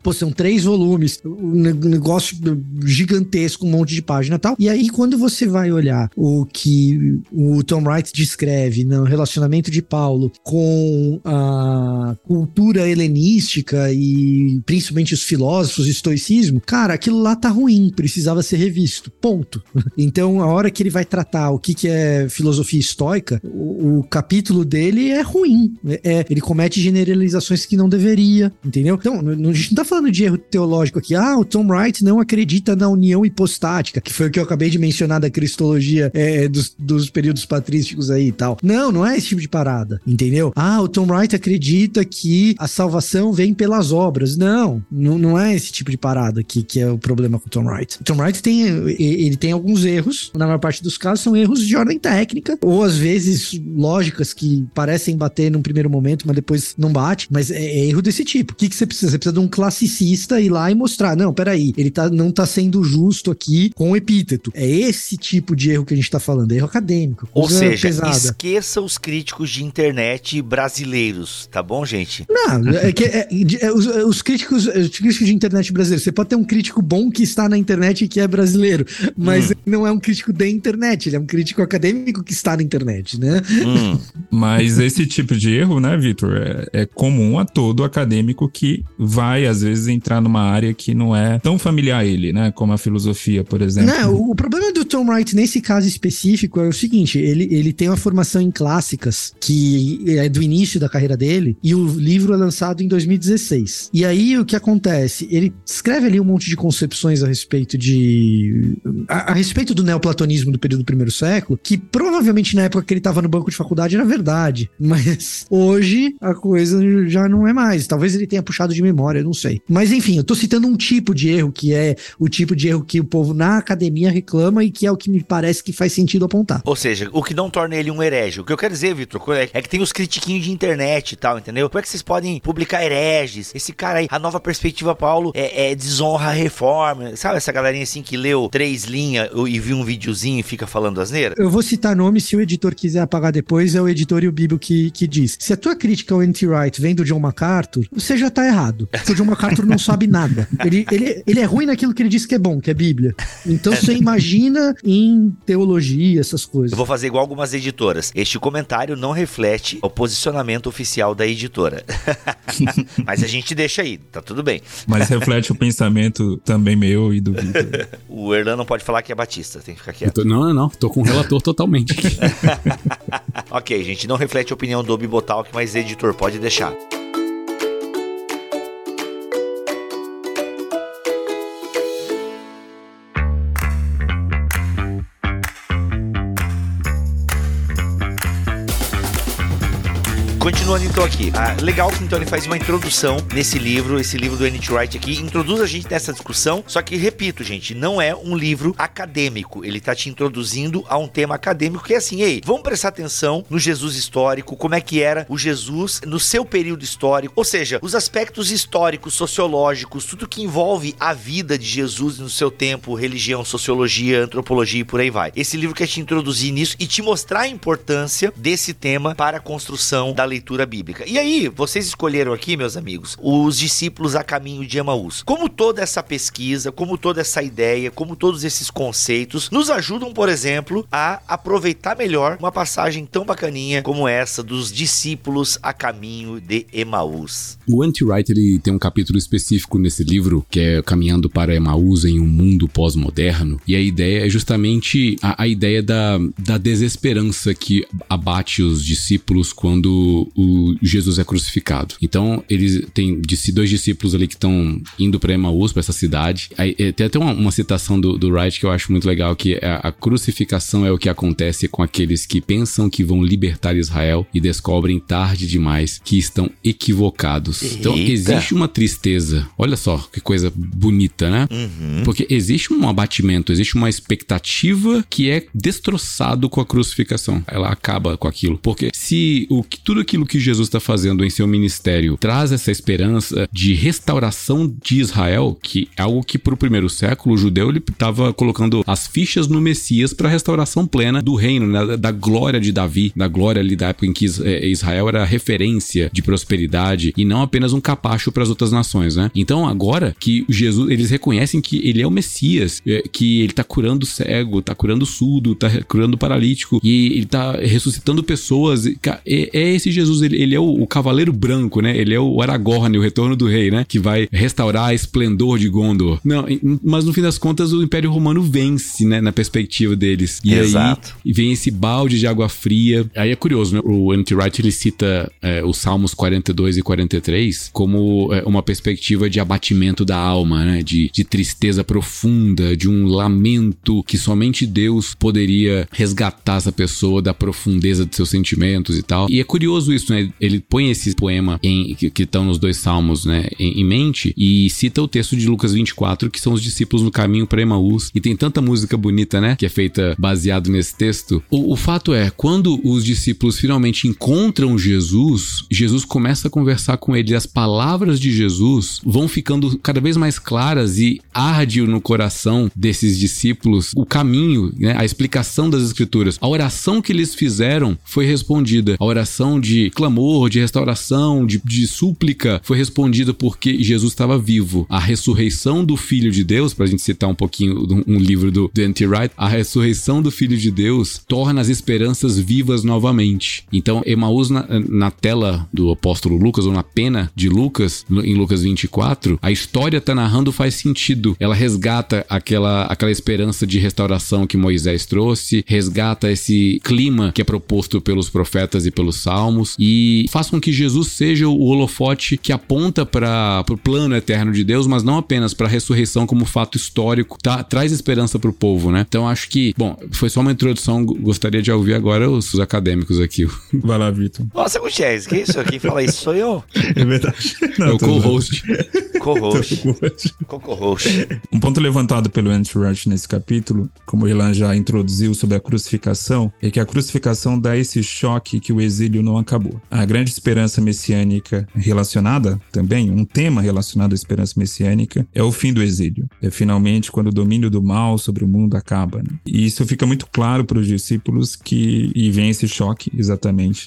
Speaker 5: pô, são três volumes, um negócio gigantesco, um monte de página e tal. E aí, quando você vai olhar o que o Tom Wright descreve no relacionamento de Paulo com a cultura helenística e principalmente os filósofos, o estoicismo, cara, aquilo lá tá ruim, precisava ser revisto, ponto. Então, a hora que ele vai tratar o que, que é filosofia estoica, o, o capítulo dele é ruim, é, ele comete generalizações que não deveria, entendeu? Então, a gente não tá falando de erro teológico aqui, ah, o Tom Wright não acredita na união hipostática, que foi o que eu acabei de mencionar da cristologia é, dos, dos períodos patrísticos aí e tal. Não, não é esse tipo de parada, entendeu? Ah, o Tom Wright acredita que a salvação vem pelas obras. Não, não, não é esse tipo de parada que, que é o problema com o Tom Wright. O Tom Wright tem, ele tem alguns erros, na maior parte dos casos são erros de ordem técnica, ou às vezes lógicas que parecem bater num primeiro momento, mas depois não bate, mas é, é erro desse tipo. O que, que você precisa? Você precisa de um classicista ir lá e mostrar, não, peraí, ele tá, não tá sendo justo aqui com o epíteto. É esse tipo de erro que a gente tá falando, erro acadêmico.
Speaker 2: Ou seja,
Speaker 5: pesada.
Speaker 2: Esqueça os críticos de internet brasileiros, tá bom, gente?
Speaker 5: Não, é que é, é, os, os, críticos, os críticos de internet brasileiros, você pode ter um crítico bom que está na internet e que é brasileiro, mas hum. ele não é um crítico da internet, ele é um crítico acadêmico que está na internet, né?
Speaker 2: Hum.
Speaker 3: Mas esse tipo de erro, né, Vitor, é, é comum a todo acadêmico que vai, às vezes, entrar numa área que não é tão familiar a ele, né, como a filosofia, por exemplo.
Speaker 5: Não, o, o problema do Tom Wright, nesse caso específico, é o seguinte, ele, ele tem uma formação em clássicas, que é do início da carreira dele, e o livro é lançado em dois mil e dezesseis. E aí, o que acontece? Ele escreve ali um monte de concepções a respeito de... A, a respeito do neoplatonismo do período do primeiro século, que provavelmente na época que ele estava no banco de faculdade era verdade, mas hoje a coisa já não é mais. Talvez ele tenha puxado de memória, eu não sei. Mas enfim, eu tô citando um tipo de erro, que é o tipo de erro que o povo na academia reclama e que é o que me parece que faz sentido apontar.
Speaker 2: Ou seja, o que não torna ele um herege. O que eu quero dizer, Vitor, é que tem os critiquinhos de internet e tal, entendeu? Como é que vocês podem publicar hereges? Esse cara aí, a Nova Perspectiva Paulo, é, é desonra a reforma. Sabe essa galerinha assim que leu três linhas e viu um videozinho e fica falando asneira?
Speaker 5: Eu vou citar nome, se o editor quiser apagar depois, é o editor e o Bíblia que, que diz. Se a tua crítica ao N T Wright vem do John MacArthur, você já tá errado. Porque o John MacArthur não sabe nada. Ele, ele, ele é ruim naquilo que ele diz que é bom, que é Bíblia. Então você imagina em teologia, essas coisas.
Speaker 2: Eu vou fazer igual algumas editoras. Este comentário não reflete o posicionamento oficial da editora. Mas a gente deixa aí, tá tudo bem.
Speaker 3: Mas reflete o pensamento também meu e do Vitor.
Speaker 2: O Erlan não pode falar que é batista, tem que ficar quieto.
Speaker 4: Tô, não, não, não. Tô com o relator totalmente.
Speaker 2: Ok, gente, não reflete a opinião do Bibotalk, mas editor, pode deixar. Continuando então aqui, ah, legal que então ele faz uma introdução nesse livro, esse livro do N T Wright aqui, introduz a gente nessa discussão, só que, repito, gente, não é um livro acadêmico, ele tá te introduzindo a um tema acadêmico que é assim, ei, vamos prestar atenção no Jesus histórico, como é que era o Jesus no seu período histórico, ou seja, os aspectos históricos, sociológicos, tudo que envolve a vida de Jesus no seu tempo, religião, sociologia, antropologia e por aí vai. Esse livro quer te introduzir nisso e te mostrar a importância desse tema para a construção da leitura bíblica. E aí, vocês escolheram aqui, meus amigos, os discípulos a caminho de Emaús. Como toda essa pesquisa, como toda essa ideia, como todos esses conceitos, nos ajudam, por exemplo, a aproveitar melhor uma passagem tão bacaninha como essa dos discípulos a caminho de Emaús.
Speaker 4: O N T Wright, ele tem um capítulo específico nesse livro, que é Caminhando para Emaús em um Mundo Pós-Moderno, e a ideia é justamente a, a ideia da, da desesperança que abate os discípulos quando o Jesus é crucificado. Então, eles têm dois discípulos ali que estão indo para Emaús, para essa cidade. Aí, tem até uma, uma citação do, do Wright que eu acho muito legal, que a, a crucificação é o que acontece com aqueles que pensam que vão libertar Israel e descobrem tarde demais que estão equivocados.
Speaker 2: Eita.
Speaker 4: Então, existe uma tristeza. Olha só que coisa bonita, né?
Speaker 2: Uhum.
Speaker 4: Porque existe um abatimento, existe uma expectativa que é destroçado com a crucificação. Ela acaba com aquilo. Porque se o, tudo que aquilo que Jesus está fazendo em seu ministério traz essa esperança de restauração de Israel, que é algo que para o primeiro século o judeu ele estava colocando as fichas no Messias para a restauração plena do reino, né, da glória de Davi, da glória ali da época em que Israel era referência de prosperidade e não apenas um capacho para as outras nações, né? Então agora que Jesus, eles reconhecem que ele é o Messias, que ele está curando o cego, está curando o surdo, está curando o paralítico e ele está ressuscitando pessoas. É, é esse Jesus, ele, ele é o, o cavaleiro branco, né? Ele é o Aragorn, o retorno do rei, né? Que vai restaurar a esplendor de Gondor. Não, mas no fim das contas o Império Romano vence, né? Na perspectiva deles. E
Speaker 2: Exato.
Speaker 4: aí vem esse balde de água fria. Aí é curioso, né? O N T Wright ele cita é, os Salmos quarenta e dois e quarenta e três como é, uma perspectiva de abatimento da alma, né? De, de tristeza profunda, de um lamento que somente Deus poderia resgatar essa pessoa da profundeza de seus sentimentos e tal. E é curioso isso, né? Ele põe esse poema em, que estão nos dois salmos, né? Em, em mente e cita o texto de Lucas vinte e quatro, que são os discípulos no caminho para Emaús. E tem tanta música bonita, né? Que é feita baseado nesse texto. O, o fato é, quando os discípulos finalmente encontram Jesus, Jesus começa a conversar com eles. As palavras de Jesus vão ficando cada vez mais claras e arde no coração desses discípulos o caminho, né? A explicação das escrituras. A oração que eles fizeram foi respondida. A oração de clamor, de restauração, de, de súplica foi respondida porque Jesus estava vivo. A ressurreição do Filho de Deus, pra gente citar um pouquinho um livro do, do N T Wright, a ressurreição do Filho de Deus torna as esperanças vivas novamente. Então, Emaús na, na tela do apóstolo Lucas, ou na pena de Lucas, em Lucas vinte e quatro, a história tá narrando faz sentido. Ela resgata aquela, aquela esperança de restauração que Moisés trouxe, resgata esse clima que é proposto pelos profetas e pelos salmos e faz com que Jesus seja o holofote que aponta para o plano eterno de Deus, mas não apenas para a ressurreição como fato histórico, tá? Traz esperança para o povo, né? Então acho que, bom, foi só uma introdução, gostaria de ouvir agora os, os acadêmicos aqui.
Speaker 3: Vai lá, Vitor.
Speaker 2: Nossa, Gutierrez, que isso? Quem fala isso sou eu.
Speaker 3: É verdade. Não,
Speaker 4: é o co-host.
Speaker 2: Co-host. Co-host.
Speaker 3: Um ponto levantado pelo N T Wright nesse capítulo, como o Ilan já introduziu sobre a crucificação, é que a crucificação dá esse choque que o exílio não acabou. A grande esperança messiânica relacionada também, um tema relacionado à esperança messiânica, é o fim do exílio. É finalmente quando o domínio do mal sobre o mundo acaba, né? E isso fica muito claro para os discípulos que, e vem esse choque exatamente,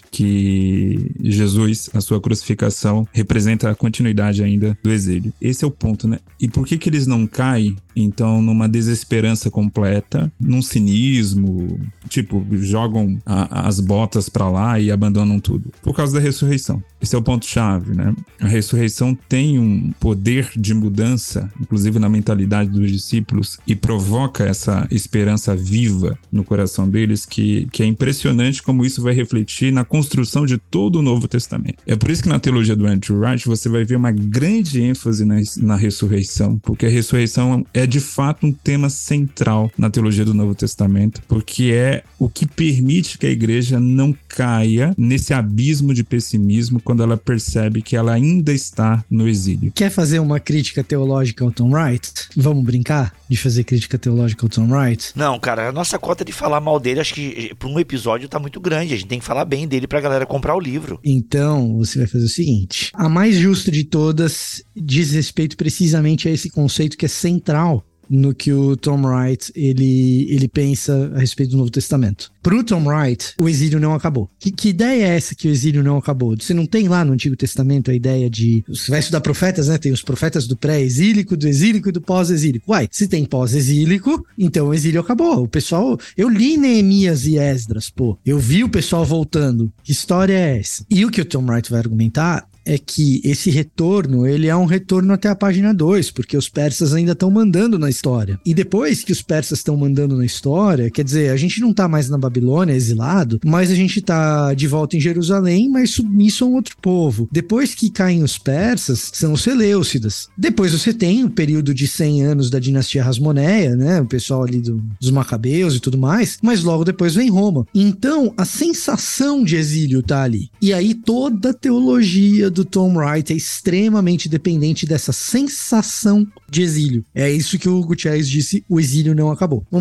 Speaker 3: que Jesus, a sua crucificação, representa a continuidade ainda do exílio. Esse é o ponto, né? E por que que eles não caem, então, numa desesperança completa, num cinismo, tipo, jogam a, as botas pra lá e abandonam tudo? Por causa da ressurreição. Esse é o ponto-chave, né? A ressurreição tem um poder de mudança, inclusive na mentalidade dos discípulos, e provoca essa esperança viva no coração deles, que, que é impressionante como isso vai refletir na construção de todo o Novo Testamento. É por isso que na teologia do Andrew Wright você vai ver uma grande ênfase na, na ressurreição, porque a ressurreição é de fato um tema central na teologia do Novo Testamento, porque é o que permite que a igreja não caia nesse abismo de pessimismo quando ela percebe que ela ainda está no exílio.
Speaker 5: Quer fazer uma crítica teológica ao Tom Wright? Vamos brincar de fazer crítica teológica ao Tom Wright?
Speaker 2: Não, cara, a nossa cota de falar mal dele, acho que por um episódio tá muito grande. A gente tem que falar bem dele pra galera comprar o livro.
Speaker 5: Então, você vai fazer o seguinte. A mais justa de todas diz respeito precisamente a esse conceito que é central no que o Tom Wright ele, ele pensa a respeito do Novo Testamento. Pro Tom Wright, o exílio não acabou. Que, que ideia é essa que o exílio não acabou? Você não tem lá no Antigo Testamento a ideia de... Você vai estudar profetas, né? Tem os profetas do pré-exílico, do exílico e do pós-exílico. Uai, se tem pós-exílico, então o exílio acabou. O pessoal... Eu li Neemias e Esdras, pô. Eu vi o pessoal voltando. Que história é essa? E o que o Tom Wright vai argumentar é que esse retorno, ele é um retorno até a página dois, porque os persas ainda estão mandando na história. E depois que os persas estão mandando na história, quer dizer, a gente não tá mais na Babilônia, exilado, mas a gente tá de volta em Jerusalém, mas submisso a um outro povo. Depois que caem os persas, são os Seleucidas. Depois você tem o período de cem anos da dinastia Hasmoneia, né, o pessoal ali do, dos Macabeus e tudo mais, mas logo depois vem Roma. Então, a sensação de exílio tá ali. E aí toda a teologia do Tom Wright é extremamente dependente dessa sensação de exílio. É isso que o Gutierrez disse, o exílio não acabou. Vamos lá.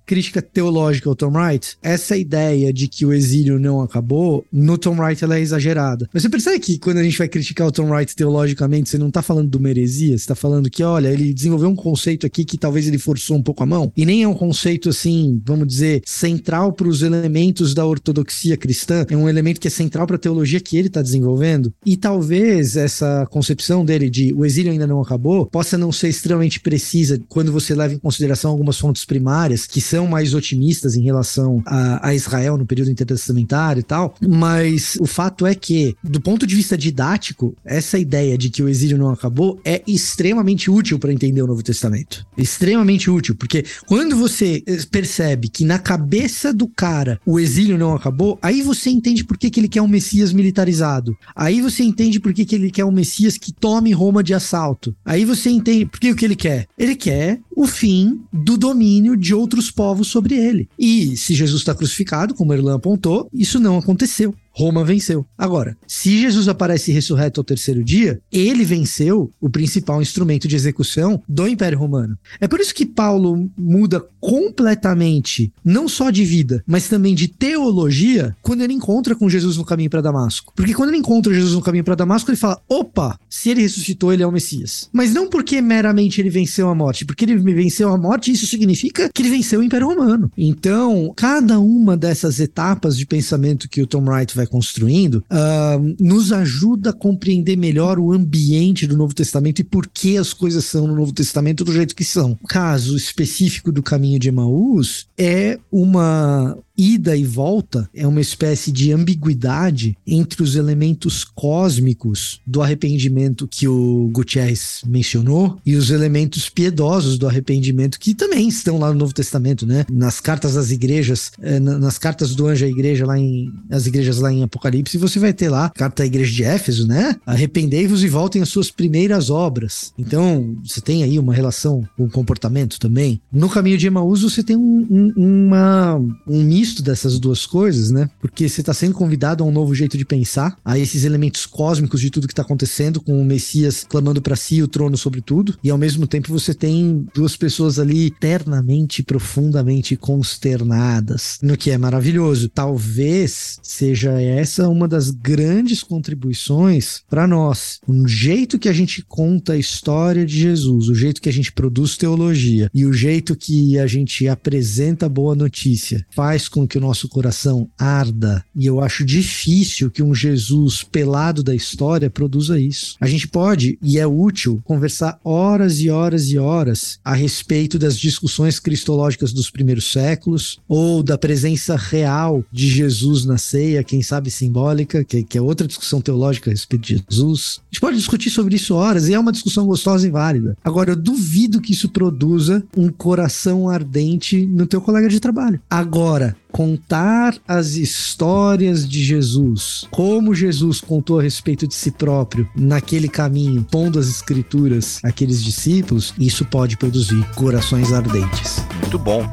Speaker 5: crítica teológica ao Tom Wright, essa ideia de que o exílio não acabou, no Tom Wright ela é exagerada. Mas você percebe que quando a gente vai criticar o Tom Wright teologicamente, você não tá falando de uma heresia, você tá falando que, olha, ele desenvolveu um conceito aqui que talvez ele forçou um pouco a mão, e nem é um conceito assim, vamos dizer, central para os elementos da ortodoxia cristã, é um elemento que é central para a teologia que ele tá desenvolvendo, e talvez essa concepção dele de o exílio ainda não acabou, possa não ser extremamente precisa quando você leva em consideração algumas fontes primárias, que são mais otimistas em relação a, a Israel no período intertestamentário e tal, mas o fato é que, do ponto de vista didático, essa ideia de que o exílio não acabou é extremamente útil para entender o Novo Testamento. Extremamente útil, porque quando você percebe que na cabeça do cara o exílio não acabou, aí você entende por que, que ele quer um Messias militarizado. Aí você entende por que, que ele quer um Messias que tome Roma de assalto. Aí você entende por que o que ele quer. Ele quer o fim do domínio de outros povos sobre ele. E se Jesus está crucificado, como Erlan apontou, isso não aconteceu. Roma venceu. Agora, se Jesus aparece ressurreto ao terceiro dia, ele venceu o principal instrumento de execução do Império Romano. É por isso que Paulo muda completamente, não só de vida, mas também de teologia, quando ele encontra com Jesus no caminho para Damasco. Porque quando ele encontra Jesus no caminho para Damasco, ele fala, opa, se ele ressuscitou, ele é o Messias. Mas não porque meramente ele venceu a morte, porque ele venceu a morte, isso significa que ele venceu o Império Romano. Então, cada uma dessas etapas de pensamento que o Tom Wright vai construindo, uh, nos ajuda a compreender melhor o ambiente do Novo Testamento e por que as coisas são no Novo Testamento do jeito que são. O caso específico do caminho de Emaús é uma ida e volta, é uma espécie de ambiguidade entre os elementos cósmicos do arrependimento que o Gutierrez mencionou e os elementos piedosos do arrependimento que também estão lá no Novo Testamento, né? Nas cartas das igrejas, eh, nas cartas do anjo à igreja lá em, as igrejas lá em Apocalipse, você vai ter lá, carta à igreja de Éfeso, né? Arrependei-vos e voltem às suas primeiras obras. Então, você tem aí uma relação com o comportamento também. No caminho de Emaús, você tem um, um, uma, um misto dessas duas coisas, né? Porque você está sendo convidado a um novo jeito de pensar, a esses elementos cósmicos de tudo que está acontecendo, com o Messias clamando para si o trono sobre tudo, e ao mesmo tempo você tem duas pessoas ali eternamente, profundamente consternadas, no que é maravilhoso. Talvez seja essa uma das grandes contribuições para nós. O jeito que a gente conta a história de Jesus, o jeito que a gente produz teologia e o jeito que a gente apresenta a boa notícia faz com que o nosso coração arda, e eu acho difícil que um Jesus pelado da história produza isso. A gente pode, e é útil, conversar horas e horas e horas a respeito das discussões cristológicas dos primeiros séculos, ou da presença real de Jesus na ceia, quem sabe simbólica, que, que é outra discussão teológica a respeito de Jesus. A gente pode discutir sobre isso horas, e é uma discussão gostosa e válida. Agora, eu duvido que isso produza um coração ardente no teu colega de trabalho. Agora, contar as histórias de Jesus, como Jesus contou a respeito de si próprio naquele caminho, pondo as escrituras àqueles discípulos, isso pode produzir corações ardentes.
Speaker 2: Muito bom.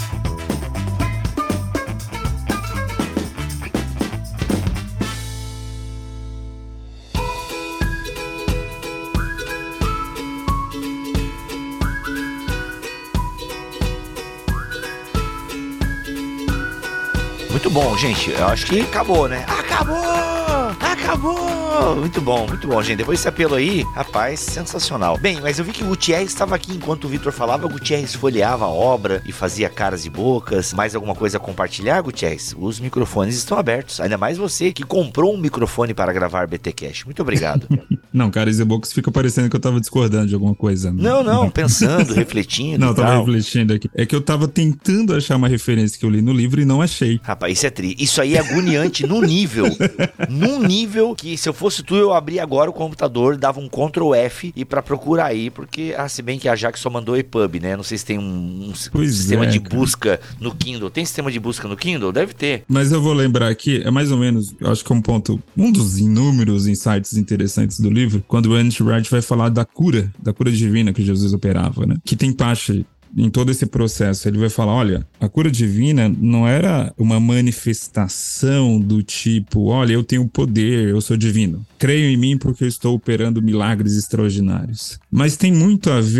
Speaker 2: Muito bom, gente. Eu acho que acabou, né? Acabou! Acabou! Muito bom, muito bom, gente. Depois desse apelo aí, rapaz, sensacional. Bem, mas eu vi que o Gutierrez estava aqui enquanto o Vitor falava. O Gutierrez folheava a obra e fazia caras e bocas. Mais alguma coisa a compartilhar, Gutierrez? Os microfones estão abertos. Ainda mais você que comprou um microfone para gravar B T Cast. Muito obrigado.
Speaker 3: Não, caras e bocas fica parecendo que eu tava discordando de alguma coisa.
Speaker 2: Não, não, pensando, refletindo.
Speaker 3: Não,
Speaker 2: e
Speaker 3: tava
Speaker 2: tal.
Speaker 3: refletindo aqui. É que eu tava tentando achar uma referência que eu li no livro e não achei.
Speaker 2: Rapaz, isso é tri. Isso aí é agoniante num nível. Num nível que, se eu fosse tu, eu abria agora o computador, dava um control F e pra procurar aí, porque, ah, se bem que a Jaque só mandou E P U B, né? Não sei se tem um, um sistema
Speaker 3: é,
Speaker 2: de
Speaker 3: cara.
Speaker 2: busca no Kindle. Tem sistema de busca no Kindle? Deve ter.
Speaker 3: Mas eu vou lembrar aqui, é mais ou menos, eu acho que é um ponto, um dos inúmeros insights interessantes do livro, quando o Ernest Wright vai falar da cura, da cura divina que Jesus operava, né? Que tem parte em todo esse processo. Ele vai falar, olha, a cura divina não era uma manifestação do tipo, olha, eu tenho poder, eu sou divino. Creio em mim porque eu estou operando milagres extraordinários. Mas tem muito a ver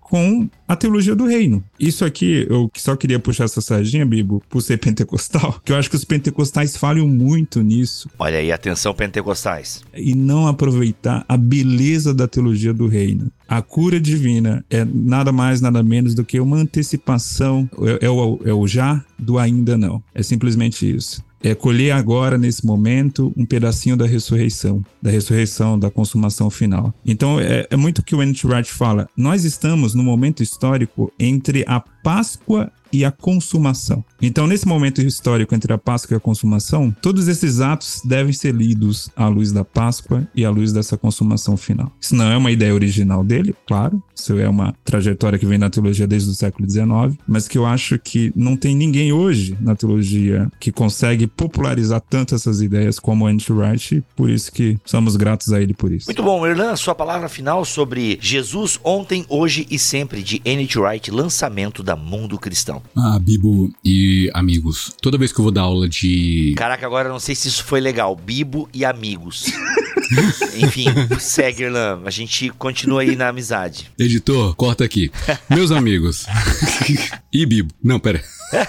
Speaker 3: com a teologia do reino. Isso aqui, eu só queria puxar essa sardinha, Bibo, por ser pentecostal, que eu acho que os pentecostais falham muito nisso.
Speaker 2: Olha aí, atenção pentecostais.
Speaker 3: E não aproveitar a beleza da teologia do reino. A cura divina é nada mais, nada menos do que uma antecipação, é, é, o, é o já do ainda não. É simplesmente isso. É colher agora, nesse momento, um pedacinho da ressurreição, da ressurreição, da consumação final. Então, é, é muito o que o N T Wright fala. Nós estamos no momento histórico entre a Páscoa e a consumação. Então, nesse momento histórico entre a Páscoa e a consumação, todos esses atos devem ser lidos à luz da Páscoa e à luz dessa consumação final. Isso não é uma ideia original dele, claro. Isso é uma trajetória que vem na teologia desde o século dezenove, mas que eu acho que não tem ninguém hoje na teologia que consegue popularizar tanto essas ideias como o N T Wright, por isso que somos gratos a ele por isso.
Speaker 2: Muito bom, Erlan, sua palavra final sobre Jesus ontem, hoje e sempre, de N T Wright, lançamento da Mundo Cristão.
Speaker 4: Ah, Bibo e amigos, toda vez que eu vou dar aula de...
Speaker 2: Caraca, agora eu não sei se isso foi legal. Bibo e amigos. Enfim, segue, Erlan. A gente continua aí na amizade.
Speaker 4: Editor, corta aqui. Meus amigos. E Bibo. Não, pera.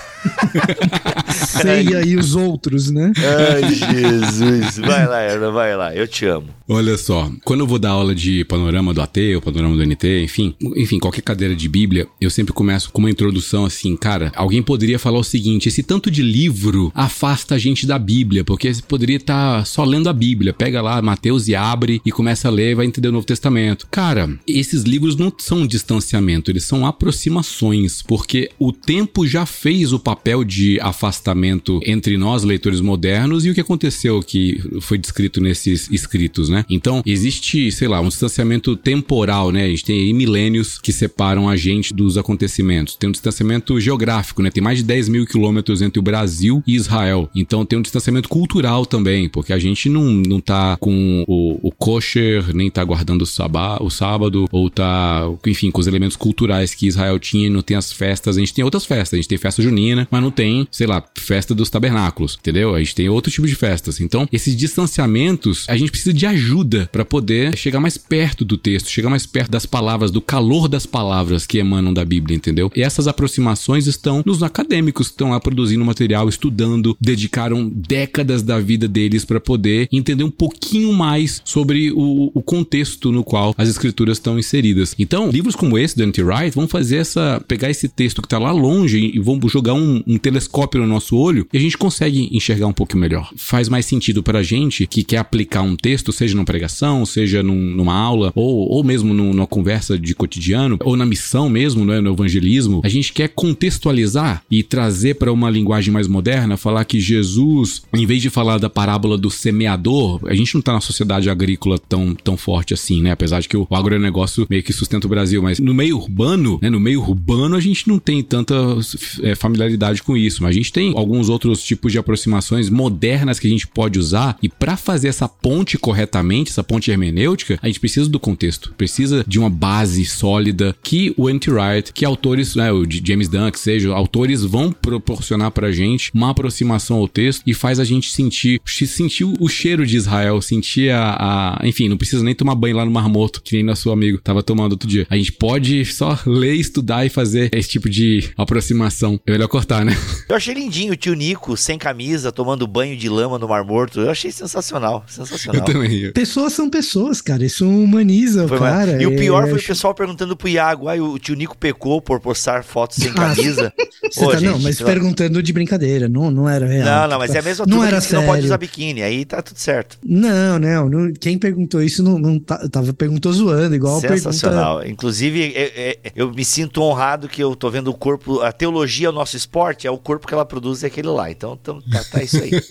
Speaker 5: Ceia e os outros, né?
Speaker 2: Ai, Jesus. Vai lá, Erlan, vai lá. Eu te amo.
Speaker 4: Olha só, quando eu vou dar aula de panorama do A T, ou panorama do N T, enfim, enfim, qualquer cadeira de Bíblia, eu sempre começo com uma introdução assim, cara, alguém poderia falar o seguinte, esse tanto de livro afasta a gente da Bíblia, porque você poderia estar só lendo a Bíblia, pega lá Mateus e abre e começa a ler, vai entender o Novo Testamento. Cara, esses livros não são distanciamento, eles são aproximações, porque o tempo já fez o papel de afastamento entre nós, leitores modernos, e o que aconteceu que foi descrito nesses escritos, né? Então, existe, sei lá, um distanciamento temporal, né? A gente tem aí milênios que separam a gente dos acontecimentos. Tem um distanciamento geográfico, né? Tem mais de dez mil quilômetros entre o Brasil e Israel. Então, tem um distanciamento cultural também, porque a gente não, não tá com o, o kosher, nem tá guardando o, sabá, o sábado, ou tá, enfim, com os elementos culturais que Israel tinha e não tem as festas. A gente tem outras festas. A gente tem festa junina, mas não tem, sei lá, festa dos tabernáculos, entendeu? A gente tem outro tipo de festas. Então, esses distanciamentos, a gente precisa de ajuda para poder chegar mais perto do texto, chegar mais perto das palavras, do calor das palavras que emanam da Bíblia, entendeu? E essas aproximações estão nos acadêmicos que estão lá produzindo material, estudando, dedicaram décadas da vida deles para poder entender um pouquinho mais sobre o, o contexto no qual as escrituras estão inseridas. Então, livros como esse do N T Wright vão fazer essa, pegar esse texto que tá lá longe e vão jogar um, um telescópio no nosso olho e a gente consegue enxergar um pouco melhor. Faz mais sentido pra gente que quer aplicar um texto, seja numa pregação, seja num, numa aula, ou, ou mesmo num, numa conversa de cotidiano, ou na missão mesmo, né, no evangelismo, a gente quer contextualizar e trazer para uma linguagem mais moderna, falar que Jesus, em vez de falar da parábola do semeador, a gente não tá na sociedade agrícola tão, tão forte assim, né, apesar de que o agronegócio meio que sustenta o Brasil, mas no meio urbano, né, no meio urbano a gente não tem tanta é, familiaridade com isso, mas a gente tem alguns outros tipos de aproximações modernas que a gente pode usar, e para fazer essa ponte corretamente, essa ponte hermenêutica, a gente precisa do contexto, precisa de uma base sólida que o N T Wright, que autores, né, o James Dunn, que seja, autores vão proporcionar pra gente uma aproximação ao texto e faz a gente sentir, sentir o cheiro de Israel, sentir a, a... Enfim, não precisa nem tomar banho lá no Mar Morto, que nem nosso amigo tava tomando outro dia. A gente pode só ler, estudar e fazer esse tipo de aproximação. É melhor cortar, né?
Speaker 2: Eu achei lindinho o tio Nico, sem camisa, tomando banho de lama no Mar Morto. Eu achei sensacional, sensacional.
Speaker 4: Eu também.
Speaker 5: Pessoas são pessoas, cara. Isso humaniza
Speaker 2: foi
Speaker 5: o cara.
Speaker 2: Mais... E o pior
Speaker 5: é...
Speaker 2: foi o pessoal perguntando pro Iago, ah, o tio Nico pecou por postar fotos sem camisa.
Speaker 5: Você
Speaker 2: Pô,
Speaker 5: tá,
Speaker 2: gente,
Speaker 5: não, mas
Speaker 2: eu...
Speaker 5: perguntando de brincadeira, não, não era real.
Speaker 2: Não, não, mas é a mesma turma que não pode usar biquíni, aí tá tudo certo.
Speaker 5: Não, não, não quem perguntou isso não, não tá, tava, perguntou zoando, igual
Speaker 2: sensacional.
Speaker 5: Pergunta...
Speaker 2: Inclusive, eu, eu, eu me sinto honrado que eu tô vendo o corpo, a teologia é o nosso esporte, é o corpo que ela produz, é aquele lá. Então, então tá, tá isso aí.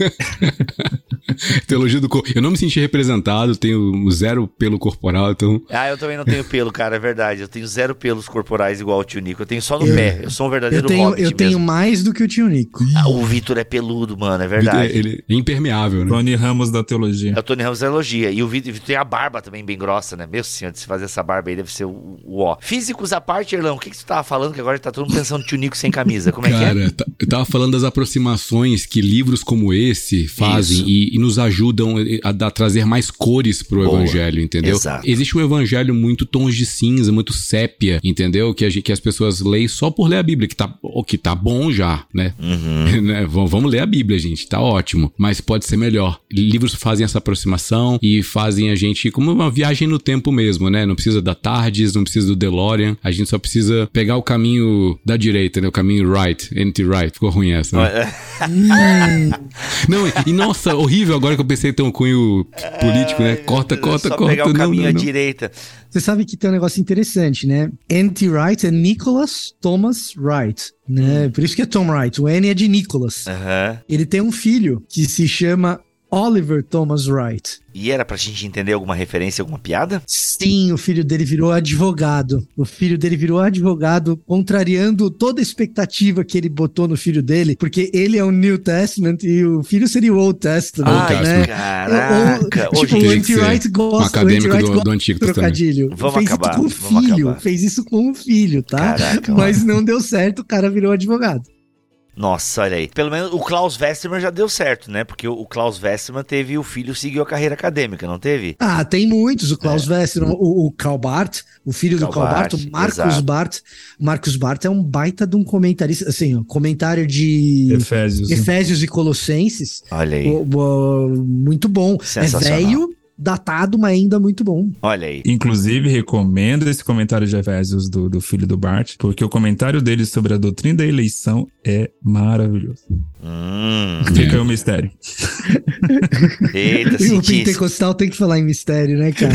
Speaker 4: Teologia do corpo. Eu não me senti representado, tenho zero pelo corporal, então...
Speaker 2: Ah, eu também não tenho pelo, cara, é verdade. Eu tenho zero pelos corporais igual o tio Nico. Eu tenho só no eu, pé. Eu sou um verdadeiro
Speaker 5: eu tenho,
Speaker 2: hobbit
Speaker 5: Eu tenho
Speaker 2: mesmo.
Speaker 5: mais do que o tio Nico.
Speaker 2: Ah, o Vitor é peludo, mano, é verdade.
Speaker 4: Ele é impermeável, né?
Speaker 3: Tony Ramos da teologia.
Speaker 2: É o Tony Ramos da teologia. E o Vitor tem a barba também bem grossa, né? Meu senhor, de se fazer essa barba aí deve ser o, o ó. Físicos à parte, Erlão, o que, que você tava falando? Que agora tá todo mundo pensando no tio Nico sem camisa. Como é
Speaker 4: cara,
Speaker 2: que é?
Speaker 4: Cara, eu tava falando das aproximações que livros como esse fazem e, e nos ajudam a, a trazer mais cores pro Boa. Evangelho, entendeu?
Speaker 2: Exato.
Speaker 4: Existe um evangelho muito tons de cinza, muito sépia, entendeu? Que, a gente, que as pessoas leem só por ler a Bíblia, que tá, que tá bom já, né?
Speaker 2: Uhum.
Speaker 4: né? Vamos ler a Bíblia, gente, tá ótimo. Mas pode ser melhor. Livros fazem essa aproximação e fazem a gente como uma viagem no tempo mesmo, né? Não precisa da TARDIS, não precisa do DeLorean, a gente só precisa pegar o caminho da direita, né? O caminho right, anti-right. Ficou ruim essa, né? Não, e nossa, horrível agora que eu pensei em ter um cunho político, né? Corta, corta,
Speaker 2: só
Speaker 4: corta.
Speaker 2: Pegar o caminho
Speaker 4: não,
Speaker 2: à
Speaker 4: não,
Speaker 2: direita.
Speaker 5: Você sabe que tem um negócio interessante, né? Anti-Wright é Nicholas Thomas Wright, né? Por isso que é Tom Wright. O N é de Nicholas.
Speaker 2: Uhum.
Speaker 5: Ele tem um filho que se chama Oliver Thomas Wright.
Speaker 2: E era pra gente entender alguma referência, alguma piada?
Speaker 5: Sim, o filho dele virou advogado. O filho dele virou advogado, contrariando toda a expectativa que ele botou no filho dele, porque ele é o New Testament e o filho seria o Old Testament,
Speaker 2: Ai,
Speaker 5: né?
Speaker 2: Caraca!
Speaker 5: Ou, tipo, o Anti-Wright gosta,
Speaker 4: um acadêmico
Speaker 5: o Anti-Wright
Speaker 4: do, do Antigo
Speaker 5: do trocadilho.
Speaker 2: Vamos
Speaker 5: fez
Speaker 2: acabar,
Speaker 5: isso com o
Speaker 2: vamos
Speaker 5: filho,
Speaker 2: acabar.
Speaker 5: fez isso com o filho, tá?
Speaker 2: Caraca,
Speaker 5: Mas
Speaker 2: mano.
Speaker 5: não deu certo, o cara virou advogado.
Speaker 2: Nossa, olha aí. Pelo menos o Klaus Westermann já deu certo, né? Porque o Klaus Westermann teve o filho, seguiu a carreira acadêmica, não teve?
Speaker 5: Ah, tem muitos. O Klaus é. Westermann, o, o Karl Barth, o filho
Speaker 2: Karl
Speaker 5: do Karl Barth,
Speaker 2: Barth,
Speaker 5: o Marcus
Speaker 2: exato.
Speaker 5: Barth. O Marcus Barth é um baita de um comentarista, assim, ó, comentário de
Speaker 3: Efésios.
Speaker 5: Efésios e Colossenses.
Speaker 2: Olha aí.
Speaker 5: O, o, muito bom. É
Speaker 2: Sensacional.
Speaker 5: velho, datado, mas ainda muito bom.
Speaker 2: Olha aí.
Speaker 3: Inclusive, recomendo esse comentário de Efésios do, do filho do Bart, porque o comentário dele sobre a doutrina da eleição é maravilhoso.
Speaker 2: Hum.
Speaker 3: Fica aí o mistério.
Speaker 2: Eita,
Speaker 5: E o
Speaker 2: cientista.
Speaker 5: pentecostal tem que falar em mistério, né, cara?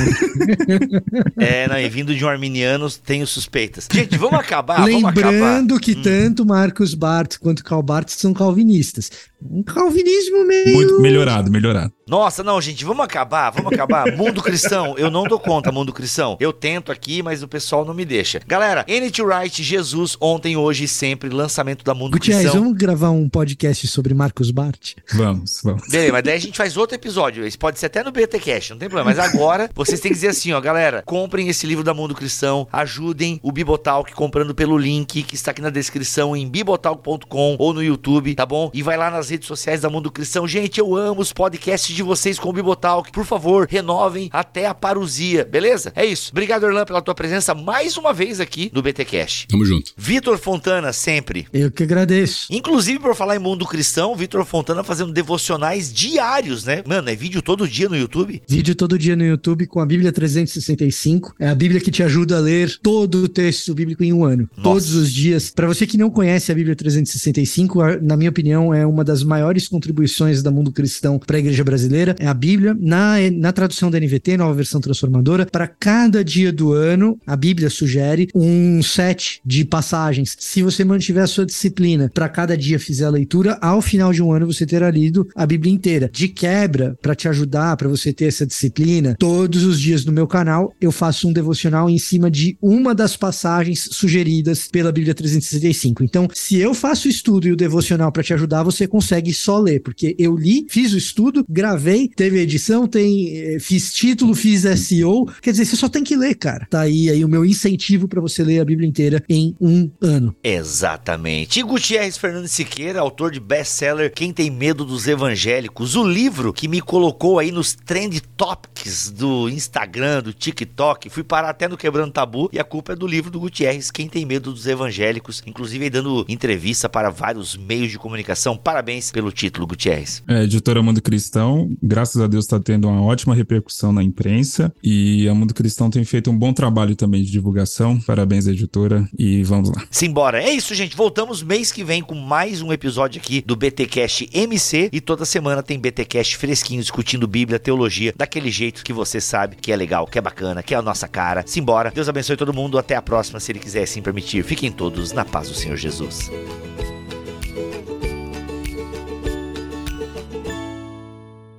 Speaker 2: É, não, e vindo de um arminiano, tenho suspeitas. Gente, vamos acabar, vamos acabar.
Speaker 5: Lembrando que
Speaker 2: Hum.
Speaker 5: tanto Marcus Barth quanto Karl Barth são calvinistas. Um calvinismo meio...
Speaker 3: Muito melhorado, melhorado.
Speaker 2: Nossa, não, gente, vamos acabar, vamos acabar. Mundo cristão, eu não dou conta, mundo cristão. Eu tento aqui, mas o pessoal não me deixa. Galera, N T Wright, Jesus, ontem, hoje e sempre, lançamento da Mundo
Speaker 5: Gutierrez,
Speaker 2: Cristão.
Speaker 5: vamos gravar um podcast sobre Marcus Barth?
Speaker 3: Vamos, vamos.
Speaker 2: Beleza, mas daí a gente faz outro episódio. Esse pode ser até no B T Cast, não tem problema. Mas agora, vocês têm que dizer assim, ó, galera, comprem esse livro da Mundo Cristão, ajudem o Bibotalk comprando pelo link que está aqui na descrição em bibotalk ponto com ou no YouTube, tá bom? E vai lá nas redes sociais da Mundo Cristão. Gente, eu amo os podcasts de vocês com o Bibotalk. Por favor, renovem até a parousia, beleza? É isso. Obrigado, Orlan, pela tua presença mais uma vez aqui no B T Cast.
Speaker 4: Tamo junto.
Speaker 2: Vitor Fontana, sempre.
Speaker 5: Eu que agradeço.
Speaker 2: Inclusive, por falar em Mundo Cristão, Vitor Fontana fazendo devocionais diários, né? Mano, é vídeo todo dia no YouTube?
Speaker 5: Vídeo todo dia no YouTube com a Bíblia trezentos e sessenta e cinco. É a Bíblia que te ajuda a ler todo o texto bíblico em um ano.
Speaker 2: Nossa.
Speaker 5: Todos os dias. Para você que não conhece a Bíblia trezentos e sessenta e cinco, na minha opinião, é uma das maiores contribuições da Mundo Cristão para a igreja brasileira. É a Bíblia, na, na tradução da N V T, nova versão transformadora, para cada dia do ano, a Bíblia sugere um set de passagens. Se você mantiver a sua disciplina, para cada dia fizer a leitura, ao final de um ano você terá lido a Bíblia inteira. De quebra, para te ajudar, para você ter essa disciplina, todos os dias no meu canal eu faço um devocional em cima de uma das passagens sugeridas pela Bíblia trezentos e sessenta e cinco. Então, se eu faço o estudo e o devocional para te ajudar, você consegue só ler, porque eu li, fiz o estudo, gravei, teve edição, tem, fiz título, fiz S E O. Quer dizer, você só tem que ler, cara. Tá aí, aí o meu incentivo para você ler a Bíblia inteira em um ano.
Speaker 2: Exatamente. E Gutierrez Fernandes Siqueira, autor de best-seller Quem Tem Medo dos Evangélicos, o livro que me colocou aí nos trend topics do Instagram, do TikTok. Fui parar até no Quebrando Tabu e a culpa é do livro do Gutierrez, Quem Tem Medo dos Evangélicos, inclusive aí dando entrevista para vários meios de comunicação. Parabéns pelo título, Gutierrez.
Speaker 3: É, editora Mundo Cristão, graças a Deus está tendo uma ótima repercussão na imprensa e a Mundo Cristão tem feito um bom trabalho também de divulgação. Parabéns, editora, e vamos lá.
Speaker 2: Simbora. É isso, gente. Voltamos mês que vem com mais um episódio aqui do B T Cast M C e toda semana tem B T Cast fresquinho discutindo Bíblia, teologia, daquele jeito que você sabe que é legal, que é bacana, que é a nossa cara. Simbora. Deus abençoe todo mundo. Até a próxima, se Ele quiser assim permitir. Fiquem todos na paz do Senhor Jesus.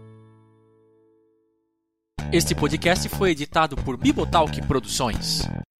Speaker 6: Este podcast foi editado por Bibotalk Produções.